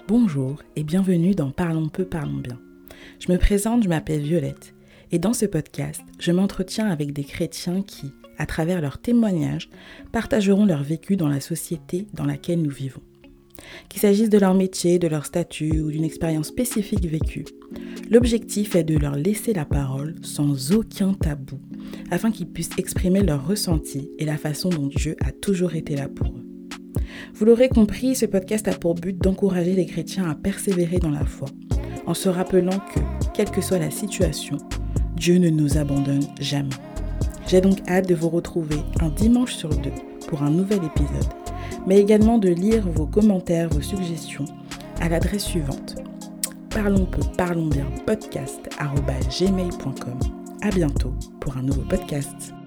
Bonjour et bienvenue dans Parlons peu, parlons bien. Je me présente, je m'appelle Violette et dans ce podcast, je m'entretiens avec des chrétiens qui, à travers leurs témoignages, partageront leur vécu dans la société dans laquelle nous vivons. Qu'il s'agisse de leur métier, de leur statut ou d'une expérience spécifique vécue, l'objectif est de leur laisser la parole sans aucun tabou, afin qu'ils puissent exprimer leurs ressentis et la façon dont Dieu a toujours été là pour eux. Vous l'aurez compris, ce podcast a pour but d'encourager les chrétiens à persévérer dans la foi, en se rappelant que, quelle que soit la situation, Dieu ne nous abandonne jamais. J'ai donc hâte de vous retrouver un dimanche sur 2 pour un nouvel épisode, mais également de lire vos commentaires, vos suggestions à l'adresse suivante: parlons peu, parlons bien, podcast@gmail.com. À bientôt pour un nouveau podcast.